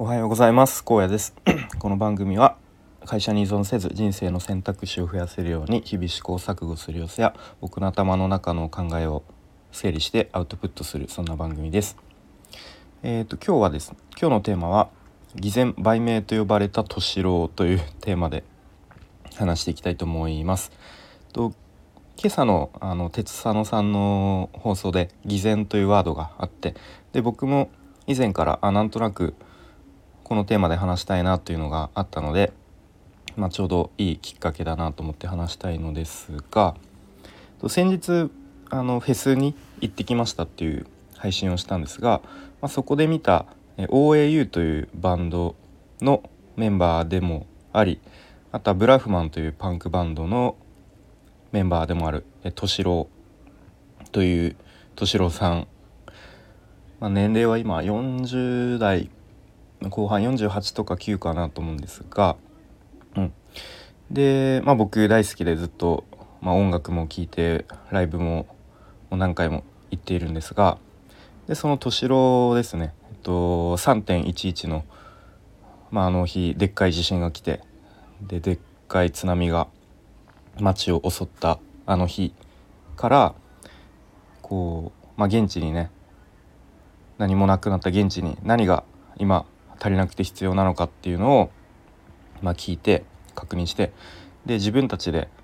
おはようございます。荒野です。この番組は会社に依存せず人生の選択肢を増やせるように日々試行錯誤する様子や僕の頭の中の考えを整理してアウトプットするそんな番組です。今日のテーマは偽善売名と呼ばれた敏郎というテーマで話していきたいと思います。今朝の鉄佐野さんの放送で偽善というワードがあって、で僕も以前からなんとなくこのテーマで話したいなというのがあったので、ちょうどいいきっかけだなと思って話したいのですが、先日フェスに行ってきましたっていう配信をしたんですが、そこで見た OAU というバンドのメンバーでもあり、あとはブラフマンというパンクバンドのメンバーでもある敏郎という敏郎さん、年齢は今40代後半48とか9かなと思うんですが、で、僕大好きでずっと、音楽も聴いてライブも何回も行っているんですが、でその敏郎ですね、3.11の、あの日でっかい地震が来て、でっかい津波が街を襲ったあの日から現地にね、何もなくなった現地に何が今足りなくて必要なのかっていうのを、聞いて確認して、で自分たちで、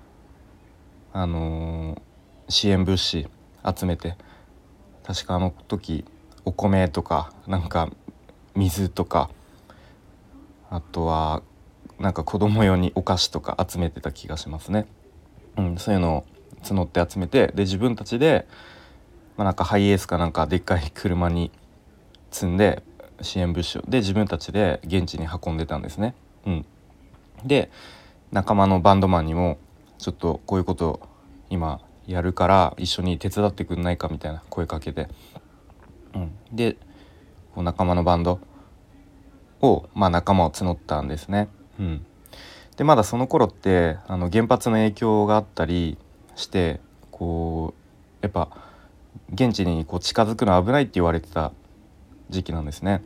支援物資集めて、確かあの時お米とか水とか、あとは子供用にお菓子とか集めてた気がしますね。そういうのを募って集めて、で自分たちで、ハイエースかでっかい車に積んで支援物資をで自分たちで現地に運んでたんですね。で仲間のバンドマンにもちょっとこういうことを今やるから一緒に手伝ってくんないかみたいな声かけて、で仲間のバンドを、仲間を募ったんですね。でまだその頃って原発の影響があったりして、やっぱ現地に近づくのは危ないって言われてた時期なんですね。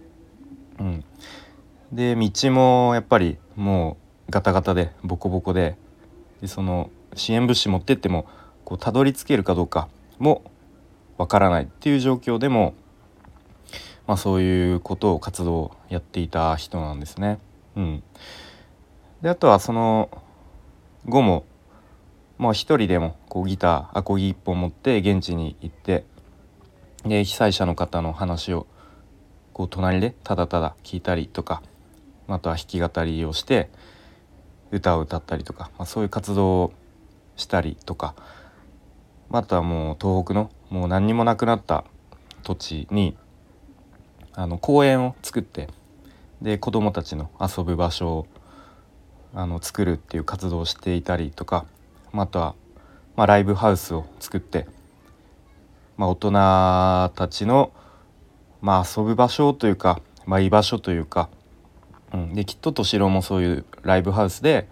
で道もやっぱりもうガタガタでボコボコで、その支援物資持ってってもたどり着けるかどうかもわからないっていう状況でも、そういうことを活動をやっていた人なんですね。であとはその後も、一人でもギターアコギ一本持って現地に行って、で被災者の方の話を隣でただただ聞いたりとか、あとは弾き語りをして歌を歌ったりとか、そういう活動をしたりとか、あとはもう東北のもう何にもなくなった土地に公園を作って、で子どもたちの遊ぶ場所を作るっていう活動をしていたりとか、あとは、ライブハウスを作って、大人たちの、遊ぶ場所というか、居場所というか、できっと敏郎もそういうライブハウスで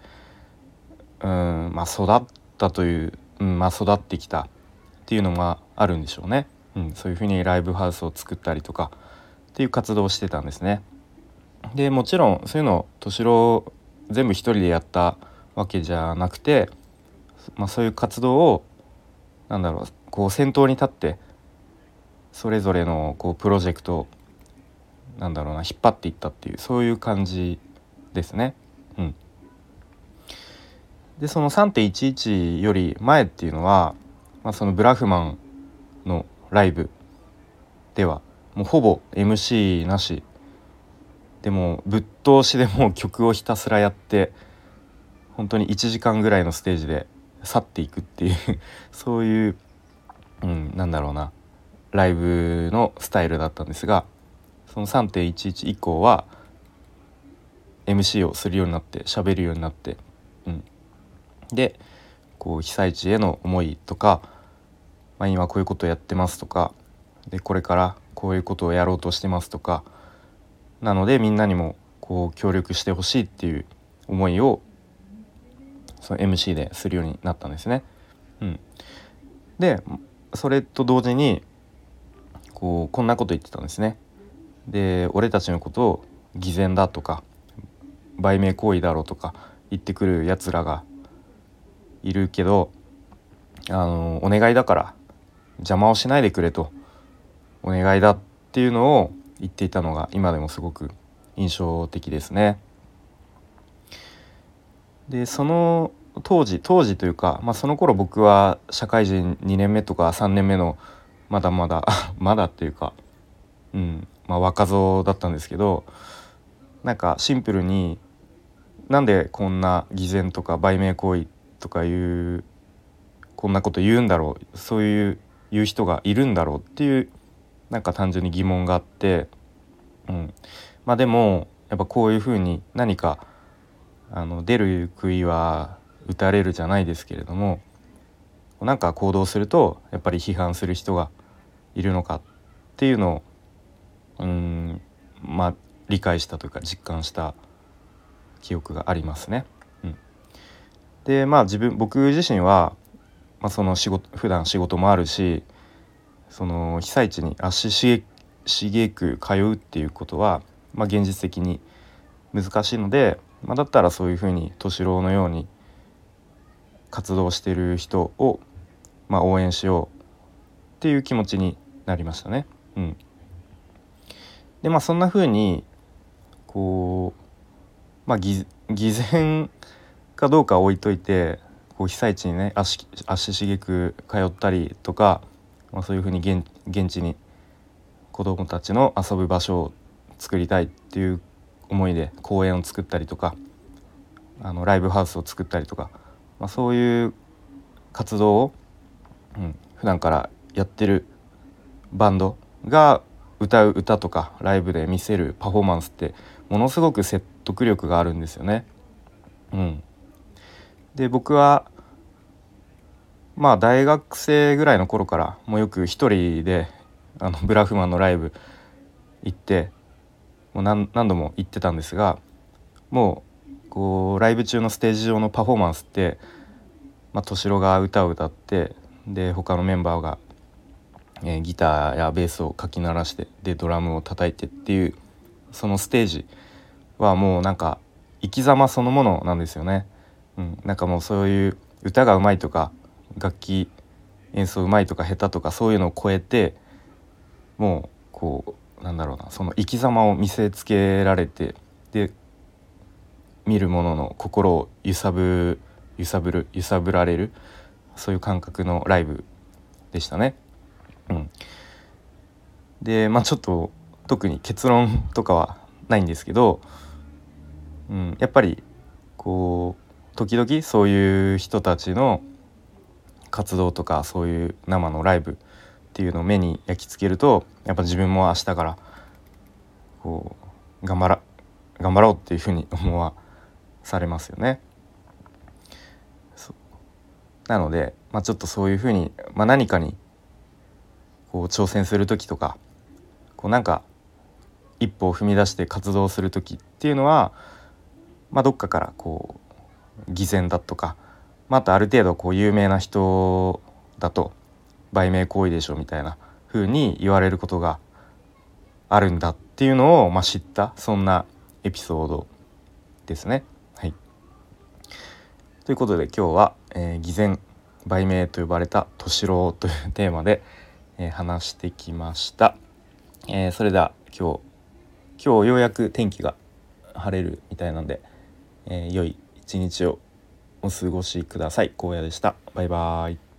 育ったという、育ってきたっていうのがあるんでしょうね。そういうふうにライブハウスを作ったりとかっていう活動をしてたんですね。でもちろんそういうのを敏郎全部一人でやったわけじゃなくて、そういう活動を先頭に立ってそれぞれのプロジェクトを引っ張っていったっていう、そういう感じですね。でその3.11より前っていうのは、そのブラフマンのライブではもうほぼ MC なしでもぶっ通しでもう曲をひたすらやって、本当に1時間ぐらいのステージで去っていくっていうそういう、ライブのスタイルだったんですが、その3.11以降は MC をするようになって喋るようになって、で被災地への思いとか、今こういうことをやってますとか、でこれからこういうことをやろうとしてますとか、なのでみんなにも協力してほしいっていう思いをその MC でするようになったんですね。でそれと同時にこんなこと言ってたんですね。で俺たちのことを偽善だとか売名行為だろうとか言ってくるやつらがいるけど、お願いだから邪魔をしないでくれと、お願いだっていうのを言っていたのが今でもすごく印象的ですね。でその当時というか、その頃僕は社会人2年目とか3年目のまだまだまだっていうか、若造だったんですけど、なんかシンプルになんでこんな偽善とか売名行為とかいうこんなこと言うんだろう、そういう言う人がいるんだろうっていうなんか単純に疑問があって、でもやっぱこういうふうに何か出る杭は打たれるじゃないですけれども、なんか行動するとやっぱり批判する人がいるのかっていうのを理解したというか実感した記憶がありますね。で僕自身は、その普段仕事もあるし、その被災地に足しげく通うっていうことは、現実的に難しいので、だったらそういうふうに敏郎のように活動している人を、応援しようっていう気持ちになりましたね。でそんなふうにこう、偽善かどうか置いといて、こう被災地にね足しげく通ったりとか、そういうふうに現地に子どもたちの遊ぶ場所を作りたいっていう思いで公園を作ったりとか、ライブハウスを作ったりとか、そういう活動を、普段からやってるバンドが歌う歌とかライブで見せるパフォーマンスってものすごく説得力があるんですよね。で僕は大学生ぐらいの頃からもうよく一人でブラフマンのライブ行ってもう何度も行ってたんですが、もうこうライブ中のステージ上のパフォーマンスって敏郎が歌を歌って、で他のメンバーが、ギターやベースをかき鳴らして、でドラムを叩いてっていうそのステージはもうなんか生き様そのものなんですよね。なんかもうそういう歌がうまいとか楽器演奏うまいとか下手とかそういうのを超えて、もうこうその生き様を見せつけられて、で見る者の心を揺さぶられる、そういう感覚のライブでしたね。でちょっと特に結論とかはないんですけど、やっぱりこう時々そういう人たちの活動とかそういう生のライブっていうのを目に焼き付けると、やっぱ自分も明日からこう頑張ろうっていうふうに思わされますよね。なので、ちょっとそういうふうに、何かにこう挑戦する時とか、こうなんか一歩を踏み出して活動する時っていうのは、どっかからこう偽善だとか、あとある程度こう有名な人だと売名行為でしょみたいな風に言われることがあるんだっていうのを、知った、そんなエピソードですね。ということで今日は、偽善売名と呼ばれた敏郎というテーマで、話してきました。それでは今日ようやく天気が晴れるみたいなんで、良い一日をお過ごしください。荒野でした。バイバイ。